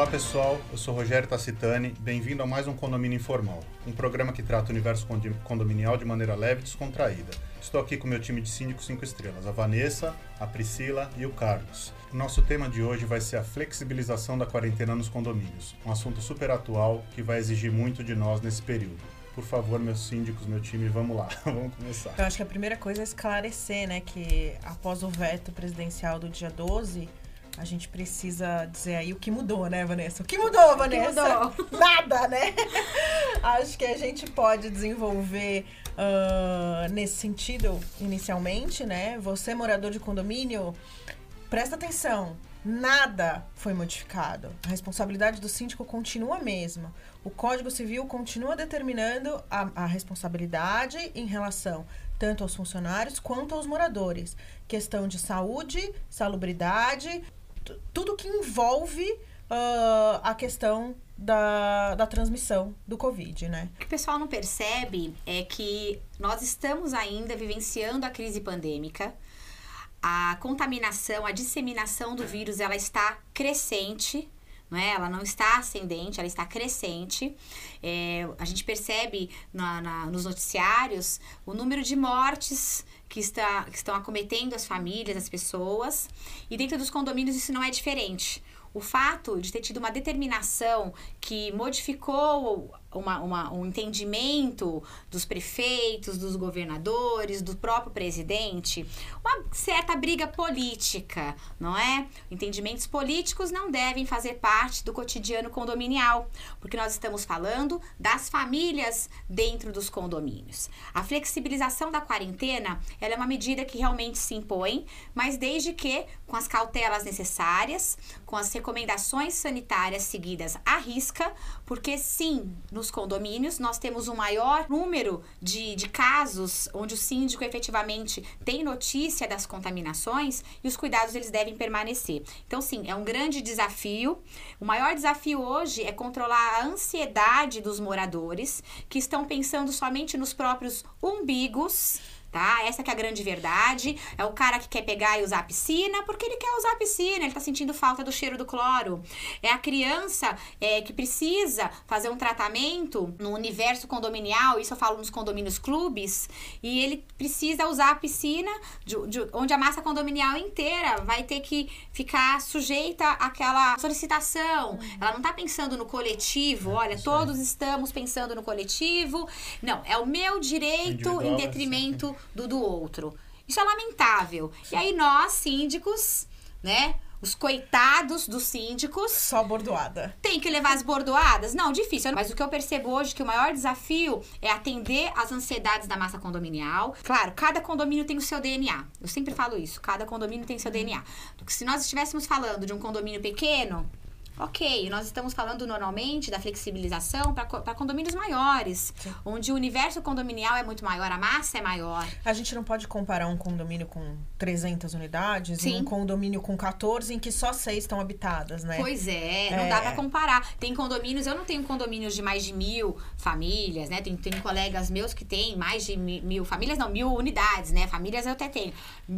Olá pessoal, eu sou Rogério Tacitani, bem-vindo a mais um Condomínio Informal, um programa que trata o universo condominial de maneira leve e descontraída. Estou aqui com meu time de síndicos 5 estrelas, a Vanessa, a Priscila e o Carlos. O nosso tema de hoje vai ser a flexibilização da quarentena nos condomínios, um assunto super atual que vai exigir muito de nós nesse período. Por favor, meus síndicos, meu time, vamos lá, vamos começar. Eu acho que a primeira coisa é esclarecer, né, que após o veto presidencial do dia 12, a gente precisa dizer aí o que mudou, né, Vanessa? O que mudou, Vanessa? O que mudou? Nada, né? Acho que a gente pode desenvolver nesse sentido, inicialmente, né? Você, morador de condomínio, presta atenção. Nada foi modificado. A responsabilidade do síndico continua a mesma. O Código Civil continua determinando a responsabilidade em relação tanto aos funcionários quanto aos moradores. Questão de saúde, salubridade, tudo que envolve a questão da transmissão do Covid, né? O que o pessoal não percebe é que nós estamos ainda vivenciando a crise pandêmica. A contaminação, a disseminação do vírus, ela está crescente, não é? Ela não está ascendente, ela está crescente. A gente percebe nos noticiários o número de mortes que estão acometendo as famílias, as pessoas. E dentro dos condomínios isso não é diferente. O fato de ter tido uma determinação que modificou um entendimento dos prefeitos, dos governadores, do próprio presidente, uma certa briga política, não é? Entendimentos políticos não devem fazer parte do cotidiano condominial, porque nós estamos falando das famílias dentro dos condomínios. A flexibilização da quarentena, ela é uma medida que realmente se impõe, mas desde que com as cautelas necessárias, com as recomendações sanitárias seguidas à risca, porque sim, nos condomínios nós temos um maior número de casos onde o síndico efetivamente tem notícia das contaminações e os cuidados eles devem permanecer. Então sim, é um grande desafio. O maior desafio hoje é controlar a ansiedade dos moradores que estão pensando somente nos próprios umbigos. Tá? Essa que é a grande verdade. É o cara que quer pegar e usar a piscina porque ele quer usar a piscina, ele tá sentindo falta do cheiro do cloro. É a criança que precisa fazer um tratamento no universo condominial, isso eu falo nos condomínios clubes, e ele precisa usar a piscina onde a massa condominial inteira vai ter que ficar sujeita àquela solicitação. Ela não tá pensando no coletivo, olha, todos estamos pensando no coletivo. Não, é o meu direito em detrimento do outro. Isso é lamentável. E aí nós, síndicos, né? Os coitados dos síndicos... Só bordoada. Tem que levar as bordoadas? Não, difícil. Mas o que eu percebo hoje é que o maior desafio é atender às ansiedades da massa condominial. Claro, cada condomínio tem o seu DNA. Eu sempre falo isso. Cada condomínio tem o seu DNA. Porque se nós estivéssemos falando de um condomínio pequeno... Ok, nós estamos falando normalmente da flexibilização para condomínios maiores, sim, onde o universo condominial é muito maior, a massa é maior. A gente não pode comparar um condomínio com 300 unidades, sim, e um condomínio com 14 em que só 6 estão habitadas, né? Pois não dá para comparar. Tem condomínios, eu não tenho condomínios de mais de 1.000 famílias, né? Tem colegas meus que têm mais de 1.000 famílias, não, 1.000 unidades, né? Famílias eu até tenho.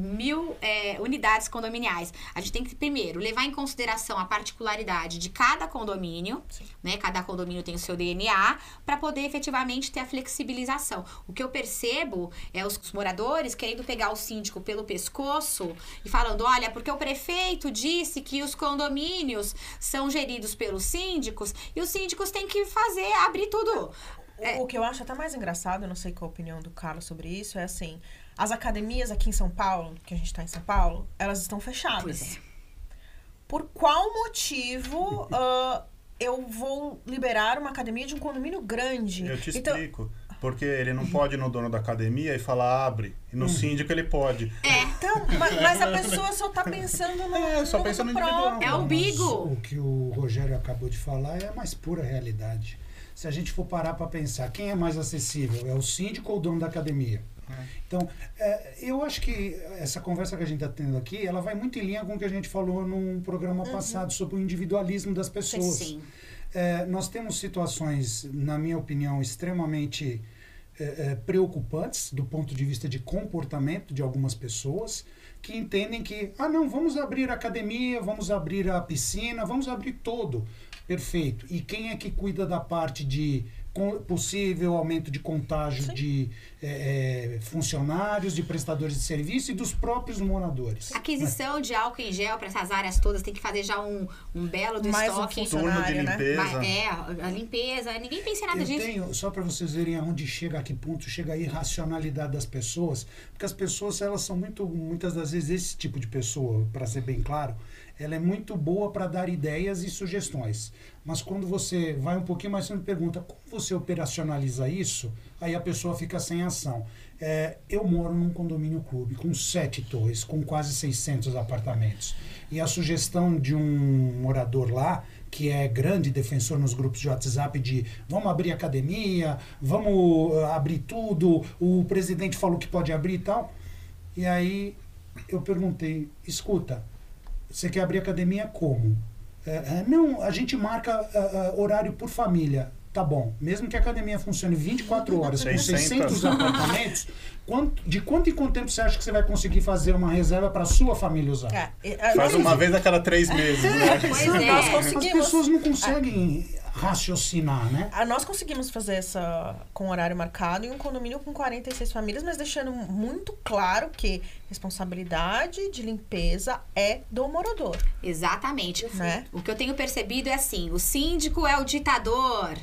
1.000 unidades condominiais. A gente tem que, primeiro, levar em consideração a particularidade de cada condomínio, sim, né? Cada condomínio tem o seu DNA para poder efetivamente ter a flexibilização. O que eu percebo é os moradores querendo pegar o síndico pelo pescoço e falando, olha, porque o prefeito disse que os condomínios são geridos pelos síndicos e os síndicos têm que abrir tudo. O que eu acho até mais engraçado, eu não sei qual a opinião do Carlos sobre isso, é assim, as academias aqui em São Paulo, que a gente está em São Paulo, elas estão fechadas. Pois é. Por qual motivo eu vou liberar uma academia de um condomínio grande? Eu te explico. Porque ele não pode ir no dono da academia e falar abre. E no síndico ele pode. Então, mas a pessoa só tá pensando no só pensa no individual. É o bigo. O que o Rogério acabou de falar é a mais pura realidade. Se a gente for parar para pensar, quem é mais acessível? É o síndico ou o dono da academia? Então, eu acho que essa conversa que a gente está tendo aqui, ela vai muito em linha com o que a gente falou num programa passado sobre o individualismo das pessoas. Sim. Nós temos situações, na minha opinião, extremamente preocupantes do ponto de vista de comportamento de algumas pessoas que entendem que, não, vamos abrir a academia, vamos abrir a piscina, vamos abrir todo. Perfeito. E quem é que cuida da parte de possível aumento de contágio de funcionários, de prestadores de serviço e dos próprios moradores? Aquisição de álcool em gel para essas áreas todas, tem que fazer já um belo do Mais estoque. um funcionário, turno de limpeza. Né? A limpeza, ninguém pensa em nada disso. Só para vocês verem aonde chega, a que ponto chega a irracionalidade das pessoas, porque as pessoas, elas são muitas das vezes, esse tipo de pessoa, para ser bem claro, ela é muito boa para dar ideias e sugestões. Mas quando você vai um pouquinho mais, você me pergunta como você operacionaliza isso, aí a pessoa fica sem ação. Eu moro num condomínio clube com 7 torres, com quase 600 apartamentos. E a sugestão de um morador lá, que é grande defensor nos grupos de WhatsApp de vamos abrir academia, vamos abrir tudo, o presidente falou que pode abrir e tal. E aí eu perguntei, escuta, você quer abrir academia como? Não, a gente marca horário por família. Tá bom, mesmo que a academia funcione 24 horas com 600 apartamentos, de quanto em quanto tempo você acha que você vai conseguir fazer uma reserva para a sua família usar? Faz uma vez a cada 3 meses, né? Pois Nós é. conseguimos. As pessoas não conseguem raciocinar, né? Nós conseguimos fazer essa com horário marcado em um condomínio com 46 famílias, mas deixando muito claro que responsabilidade de limpeza é do morador. Exatamente. Né? O que eu tenho percebido é assim, o síndico é o ditador.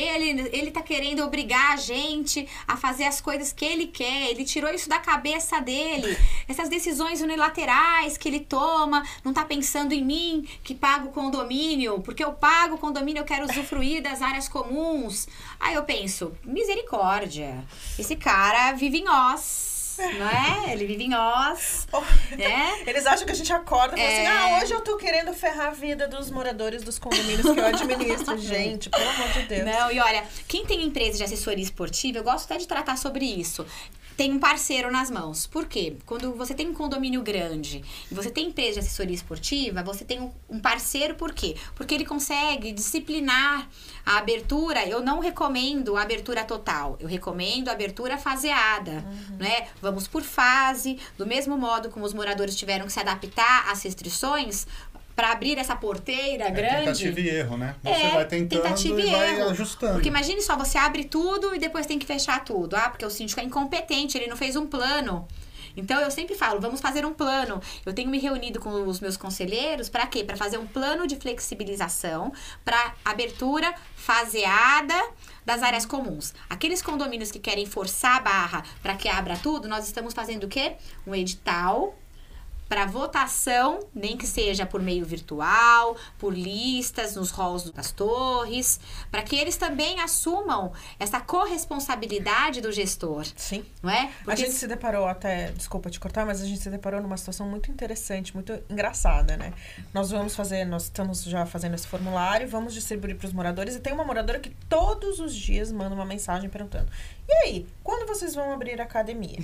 Ele tá querendo obrigar a gente a fazer as coisas que ele quer. Ele tirou isso da cabeça dele. Essas decisões unilaterais que ele toma, não tá pensando em mim, que pago o condomínio. Porque eu pago o condomínio, eu quero usufruir das áreas comuns. Aí eu penso, misericórdia. Esse cara vive em Oz. Não é? Ele vive em Oz. Né? Eles acham que a gente acorda e fala assim, hoje eu tô querendo ferrar a vida dos moradores dos condomínios que eu administro. Gente, pelo amor de Deus. Não, e olha, quem tem empresa de assessoria esportiva, eu gosto até de tratar sobre isso. Tem um parceiro nas mãos. Por quê? Quando você tem um condomínio grande e você tem empresa de assessoria esportiva, você tem um parceiro, por quê? Porque ele consegue disciplinar a abertura. Eu não recomendo a abertura total, eu recomendo a abertura faseada, né? Vamos por fase, do mesmo modo como os moradores tiveram que se adaptar às restrições, para abrir essa porteira grande. Tentativa e erro, né? Você vai tentando e vai ajustando. Porque imagine só, você abre tudo e depois tem que fechar tudo. Porque o síndico é incompetente, ele não fez um plano. Então, eu sempre falo, vamos fazer um plano. Eu tenho me reunido com os meus conselheiros, para quê? Para fazer um plano de flexibilização, para abertura faseada das áreas comuns. Aqueles condomínios que querem forçar a barra para que abra tudo, nós estamos fazendo o quê? Um edital para votação, nem que seja por meio virtual, por listas, nos halls das torres, para que eles também assumam essa corresponsabilidade do gestor. Sim. Não é? Porque Porque a gente se deparou até, desculpa te cortar, mas a gente se deparou numa situação muito interessante, muito engraçada, né? Nós estamos já fazendo esse formulário, vamos distribuir para os moradores, e tem uma moradora que todos os dias manda uma mensagem perguntando: e aí, quando vocês vão abrir a academia?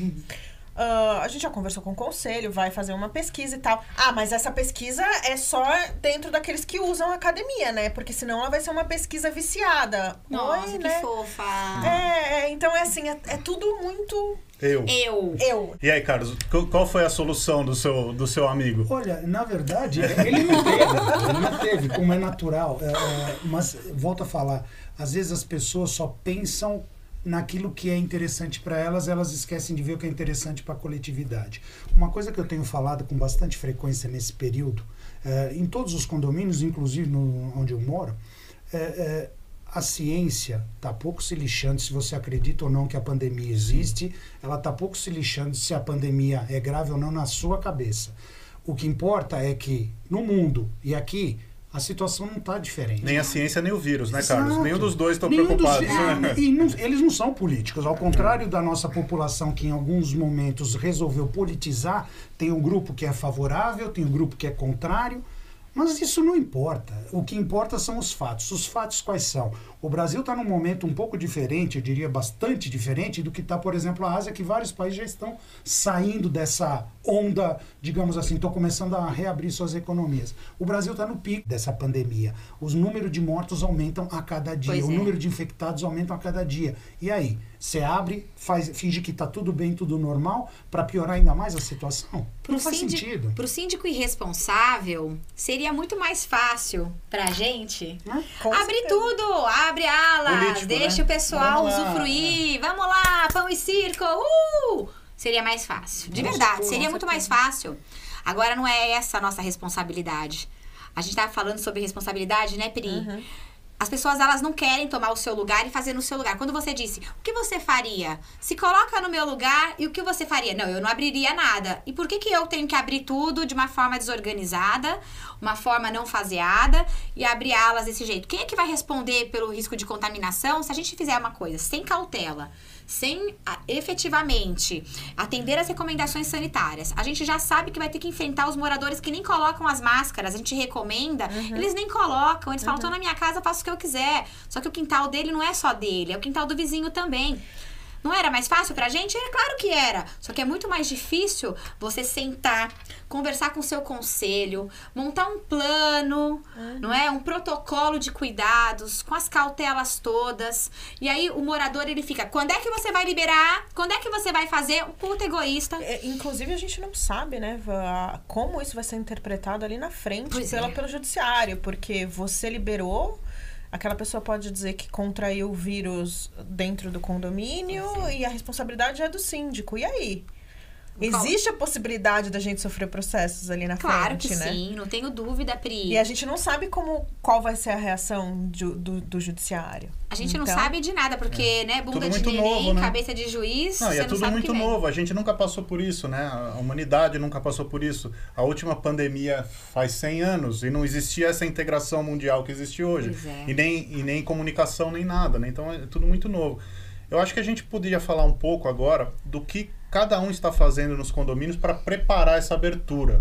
A gente já conversou com o conselho, vai fazer uma pesquisa e tal. Mas essa pesquisa é só dentro daqueles que usam a academia, né? Porque senão ela vai ser uma pesquisa viciada. Nossa, que né? fofa. Então é assim, é tudo muito... Eu. E aí, Carlos, qual foi a solução do seu amigo? Olha, na verdade, ele não teve, como é natural. Mas, volto a falar, às vezes as pessoas só pensam naquilo que é interessante para elas, elas esquecem de ver o que é interessante para a coletividade. Uma coisa que eu tenho falado com bastante frequência nesse período, em todos os condomínios, inclusive onde eu moro, a ciência está pouco se lixando se você acredita ou não que a pandemia existe, ela está pouco se lixando se a pandemia é grave ou não na sua cabeça. O que importa é que no mundo e aqui a situação não está diferente. Nem a ciência, nem o vírus, né, Carlos? Exato. Nenhum dos dois estão preocupados. Eles não são políticos. Ao contrário da nossa população, que em alguns momentos resolveu politizar, tem um grupo que é favorável, tem um grupo que é contrário, mas isso não importa. O que importa são os fatos. Os fatos quais são? O Brasil está num momento um pouco diferente, eu diria bastante diferente, do que está, por exemplo, a Ásia, que vários países já estão saindo dessa onda, digamos assim, estão começando a reabrir suas economias. O Brasil está no pico dessa pandemia. Os números de mortos aumentam a cada dia, o número de infectados aumenta a cada dia. E aí? Você abre, finge que está tudo bem, tudo normal, para piorar ainda mais a situação? Não faz sentido. Para o síndico irresponsável, seria seria muito mais fácil pra gente Com abrir certeza. tudo, abre alas, Político, deixa né? o pessoal Vamos lá, usufruir, vamos lá, pão e circo, Seria mais fácil, de verdade, seria muito mais fácil. Agora não é essa a nossa responsabilidade. A gente tava falando sobre responsabilidade, né, Pri? As pessoas, elas não querem tomar o seu lugar e fazer no seu lugar. Quando você disse, o que você faria? Se coloca no meu lugar e o que você faria? Não, eu não abriria nada. E por que eu tenho que abrir tudo de uma forma desorganizada, uma forma não faseada e abrir alas desse jeito? Quem é que vai responder pelo risco de contaminação se a gente fizer uma coisa sem cautela? Sem efetivamente atender as recomendações sanitárias. A gente já sabe que vai ter que enfrentar os moradores que nem colocam as máscaras. A gente recomenda, eles nem colocam. Eles falam, tô na minha casa, eu faço o que eu quiser. Só que o quintal dele não é só dele, é o quintal do vizinho também. Não era mais fácil pra gente? É claro que era. Só que é muito mais difícil você sentar, conversar com o seu conselho, montar um plano, não é? Um protocolo de cuidados, com as cautelas todas. E aí o morador, ele fica, quando é que você vai liberar? Quando é que você vai fazer? Um puta egoísta. Inclusive, a gente não sabe, né, como isso vai ser interpretado ali na frente pelo judiciário. Porque você liberou... Aquela pessoa pode dizer que contraiu o vírus dentro do condomínio e a responsabilidade é do síndico. E aí? Existe a possibilidade da gente sofrer processos ali na frente, né? Claro que sim, não tenho dúvida, Pri. E a gente não sabe qual vai ser a reação do judiciário. A gente não sabe de nada, porque, né, bunda de neném, novo, né? cabeça de juiz, Não, e você é não tudo sabe muito o que vem. novo. A gente nunca passou por isso, né? A humanidade nunca passou por isso. A última pandemia faz 100 anos e não existia essa integração mundial que existe hoje. Pois é. E nem comunicação, nem nada, né? Então é tudo muito novo. Eu acho que a gente poderia falar um pouco agora do que cada um está fazendo nos condomínios para preparar essa abertura.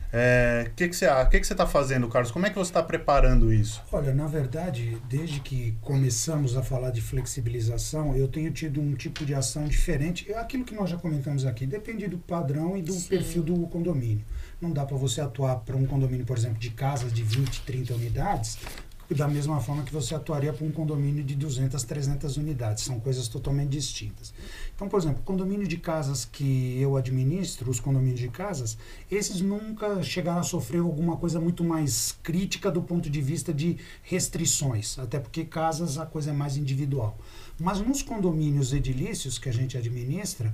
O que você está fazendo, Carlos? Como é que você está preparando isso? Olha, na verdade, desde que começamos a falar de flexibilização, eu tenho tido um tipo de ação diferente. É aquilo que nós já comentamos aqui, depende do padrão e do perfil do condomínio. Não dá para você atuar para um condomínio, por exemplo, de casas de 20, 30 unidades, da mesma forma que você atuaria para um condomínio de 200, 300 unidades. São coisas totalmente distintas. Então, por exemplo, o condomínio de casas que eu administro, os condomínios de casas, esses nunca chegaram a sofrer alguma coisa muito mais crítica do ponto de vista de restrições, até porque casas a coisa é mais individual. Mas nos condomínios edilícios que a gente administra,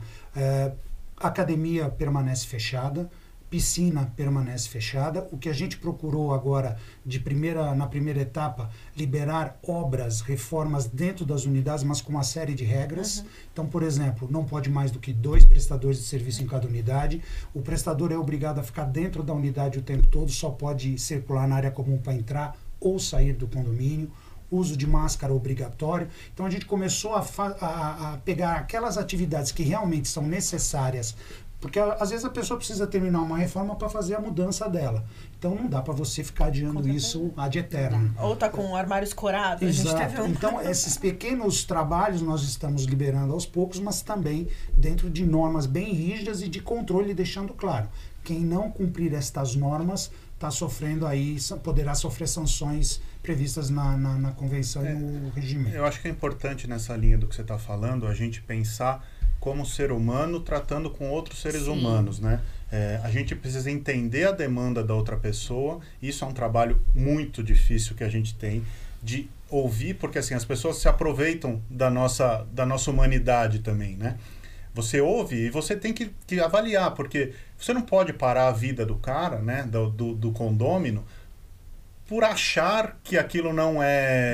a academia permanece fechada, piscina permanece fechada. O que a gente procurou agora, na primeira etapa, liberar obras, reformas dentro das unidades, mas com uma série de regras. Então, por exemplo, não pode mais do que 2 prestadores de serviço em cada unidade. O prestador é obrigado a ficar dentro da unidade o tempo todo, só pode circular na área comum para entrar ou sair do condomínio. Uso de máscara obrigatório. Então, a gente começou a pegar aquelas atividades que realmente são necessárias, porque às vezes a pessoa precisa terminar uma reforma para fazer a mudança dela. Então não dá para você ficar adiando isso ad eterno. Ou tá com o armário escorado. Exato. A gente teve Então esses pequenos trabalhos nós estamos liberando aos poucos, mas também dentro de normas bem rígidas e de controle, deixando claro, quem não cumprir estas normas está sofrendo aí, poderá sofrer sanções previstas na convenção e no regimento. Eu acho que é importante nessa linha do que você está falando, a gente pensar como ser humano tratando com outros seres humanos, né? A gente precisa entender a demanda da outra pessoa. Isso é um trabalho muito difícil que a gente tem de ouvir, porque assim, as pessoas se aproveitam da nossa humanidade também, né? Você ouve e você tem que avaliar, porque você não pode parar a vida do cara, né? Do condômino, por achar que aquilo não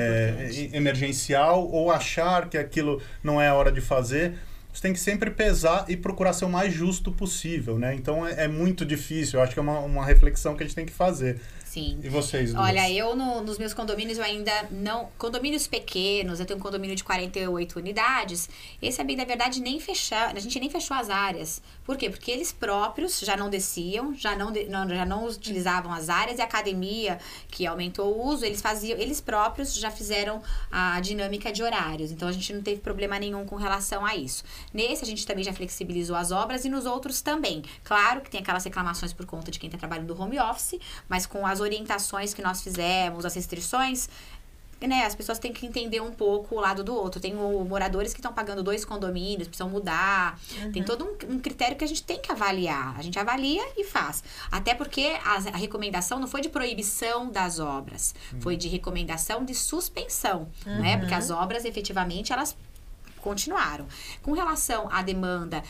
é emergencial ou achar que aquilo não é a hora de fazer. Você tem que sempre pesar e procurar ser o mais justo possível, né? Então é muito difícil. Eu acho que é uma reflexão que a gente tem que fazer. Sim. E vocês, duas? Olha, eu nos meus condomínios eu ainda não... Condomínios pequenos, eu tenho um condomínio de 48 unidades. Esse, na verdade, a gente nem fechou as áreas. Por quê? Porque eles próprios já não desciam, já não utilizavam as áreas, e a academia, que aumentou o uso, eles próprios já fizeram a dinâmica de horários. Então, a gente não teve problema nenhum com relação a isso. Nesse, a gente também já flexibilizou as obras e nos outros também. Claro que tem aquelas reclamações por conta de quem está trabalhando no home office, mas com as orientações que nós fizemos, as restrições, né, as pessoas têm que entender um pouco o lado do outro. Tem moradores que estão pagando 2 condomínios, precisam mudar. Tem todo um critério que a gente tem que avaliar. A gente avalia e faz. Até porque a recomendação não foi de proibição das obras, foi de recomendação de suspensão, né? Porque as obras, efetivamente, elas continuaram. Com relação à demanda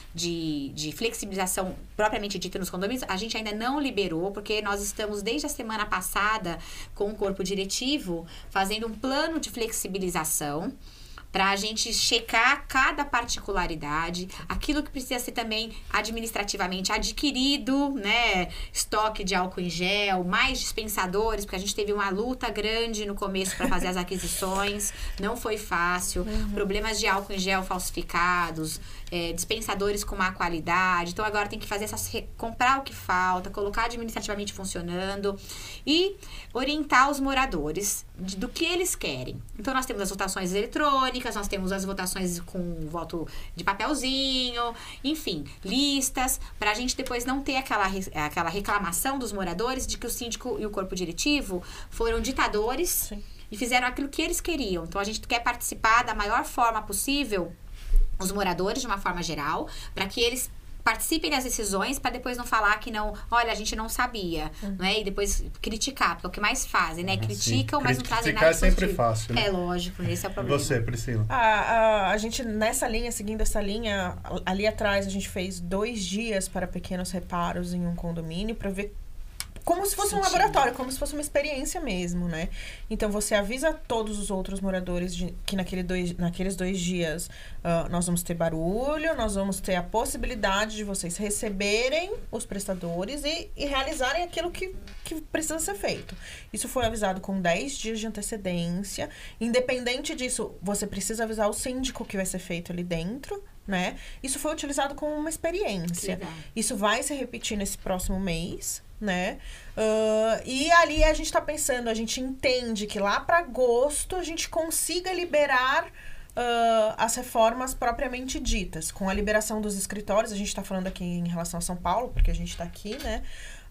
de flexibilização propriamente dita nos condomínios, a gente ainda não liberou, porque nós estamos desde a semana passada com o corpo diretivo fazendo um plano de flexibilização para a gente checar cada particularidade, aquilo que precisa ser também administrativamente adquirido, né? Estoque de álcool em gel, mais dispensadores, porque a gente teve uma luta grande no começo para fazer as aquisições, não foi fácil, problemas de álcool em gel falsificados, dispensadores com má qualidade, então agora tem que fazer comprar o que falta, colocar administrativamente funcionando e orientar os moradores do que eles querem. Então nós temos as votações eletrônicas, nós temos as votações com voto de papelzinho, enfim, listas, para a gente depois não ter aquela reclamação dos moradores de que o síndico e o corpo diretivo foram ditadores. Sim. E fizeram aquilo que eles queriam. Então a gente quer participar da maior forma possível, os moradores de uma forma geral, para que eles participem das decisões, para depois não falar que não, olha, a gente não sabia, né? E depois criticar, porque é o que mais fazem, né? Criticam, mas não trazem nada positivo. Criticar é sempre fácil, né? É lógico, esse é o problema. Você, Priscila? A gente, nessa linha, seguindo essa linha, ali atrás a gente fez 2 dias para pequenos reparos em um condomínio, para ver como se fosse um laboratório, como se fosse uma experiência mesmo, né? Então, você avisa todos os outros moradores que naqueles 2 dias nós vamos ter barulho, nós vamos ter a possibilidade de vocês receberem os prestadores e realizarem aquilo que precisa ser feito. Isso foi avisado com 10 dias de antecedência. Independente disso, você precisa avisar o síndico que vai ser feito ali dentro, né? Isso foi utilizado como uma experiência. Isso vai se repetir nesse próximo mês, né? E ali a gente tá pensando, a gente entende que lá para agosto a gente consiga liberar as reformas propriamente ditas. Com a liberação dos escritórios, a gente tá falando aqui em relação a São Paulo, porque a gente tá aqui, né?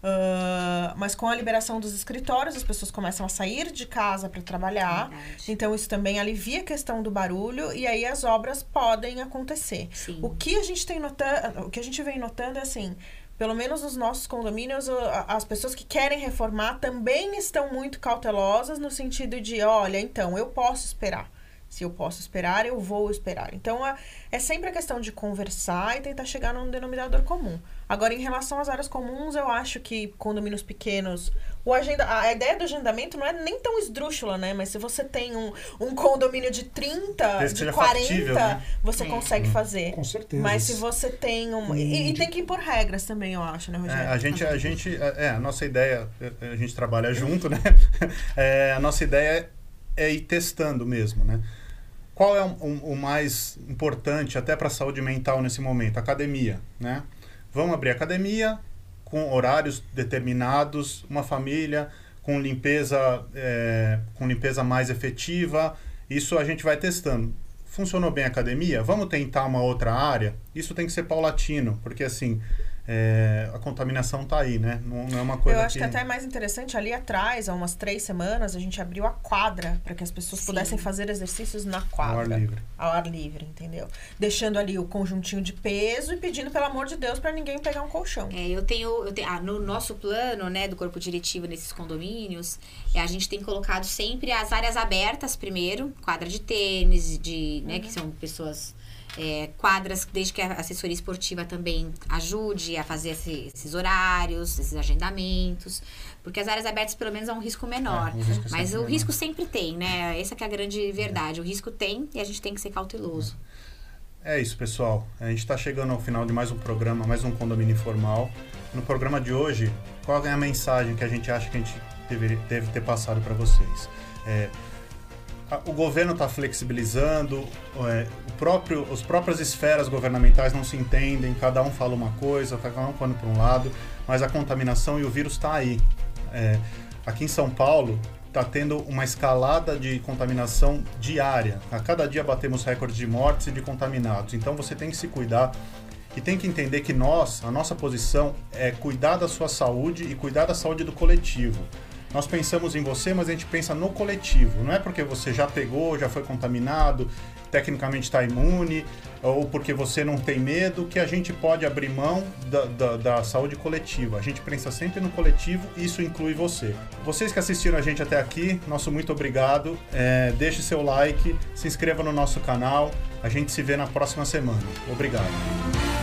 Mas com a liberação dos escritórios, as pessoas começam a sair de casa para trabalhar. Então, isso também alivia a questão do barulho e aí as obras podem acontecer. Sim. O que a gente vem notando é assim, pelo menos nos nossos condomínios, as pessoas que querem reformar também estão muito cautelosas no sentido de, olha, então, eu posso esperar. Se eu posso esperar, eu vou esperar. Então, é sempre a questão de conversar e tentar chegar num denominador comum. Agora, em relação às áreas comuns, eu acho que condomínios pequenos... A ideia do agendamento não é nem tão esdrúxula, né? Mas se você tem um condomínio de 30, de 40, factível, né? Você consegue fazer. Com certeza. Mas se você tem E tem que impor regras também, eu acho, né, Rogério? A nossa ideia... A gente trabalha junto, né? A nossa ideia é ir testando mesmo, né? Qual é o mais importante até para a saúde mental nesse momento? Academia, né? Vamos abrir academia com horários determinados, uma família com limpeza mais efetiva. Isso a gente vai testando. Funcionou bem a academia? Vamos tentar uma outra área? Isso tem que ser paulatino, porque assim... a contaminação tá aí, né? Não é uma coisa. Eu acho que até é mais interessante, ali atrás, há umas 3 semanas, a gente abriu a quadra para que as pessoas pudessem fazer exercícios na quadra. Ao ar livre. Ao ar livre, entendeu? Deixando ali o conjuntinho de peso e pedindo, pelo amor de Deus, para ninguém pegar um colchão. Eu tenho no nosso plano, né, do corpo diretivo nesses condomínios, a gente tem colocado sempre as áreas abertas primeiro, quadra de tênis, né, que são pessoas... quadras, desde que a assessoria esportiva também ajude a fazer esses horários, esses agendamentos, porque as áreas abertas pelo menos é um risco menor, mas o risco sempre tem, né? Essa que é a grande verdade, o risco tem e a gente tem que ser cauteloso. É isso, pessoal, a gente está chegando ao final de mais um programa, mais um Condomínio Informal. No programa de hoje, qual é a mensagem que a gente acha que a gente deve ter passado para vocês? O governo está flexibilizando, as próprias esferas governamentais não se entendem, cada um fala uma coisa, cada um falando para um lado, mas a contaminação e o vírus está aí. Aqui em São Paulo está tendo uma escalada de contaminação diária. A cada dia batemos recordes de mortes e de contaminados. Então você tem que se cuidar e tem que entender que a nossa posição é cuidar da sua saúde e cuidar da saúde do coletivo. nós pensamos em você, mas a gente pensa no coletivo. Não é porque você já pegou, já foi contaminado, tecnicamente está imune, ou porque você não tem medo, que a gente pode abrir mão da saúde coletiva. A gente pensa sempre no coletivo e isso inclui você. Vocês que assistiram a gente até aqui, nosso muito obrigado. Deixe seu like, se inscreva no nosso canal. A gente se vê na próxima semana. Obrigado.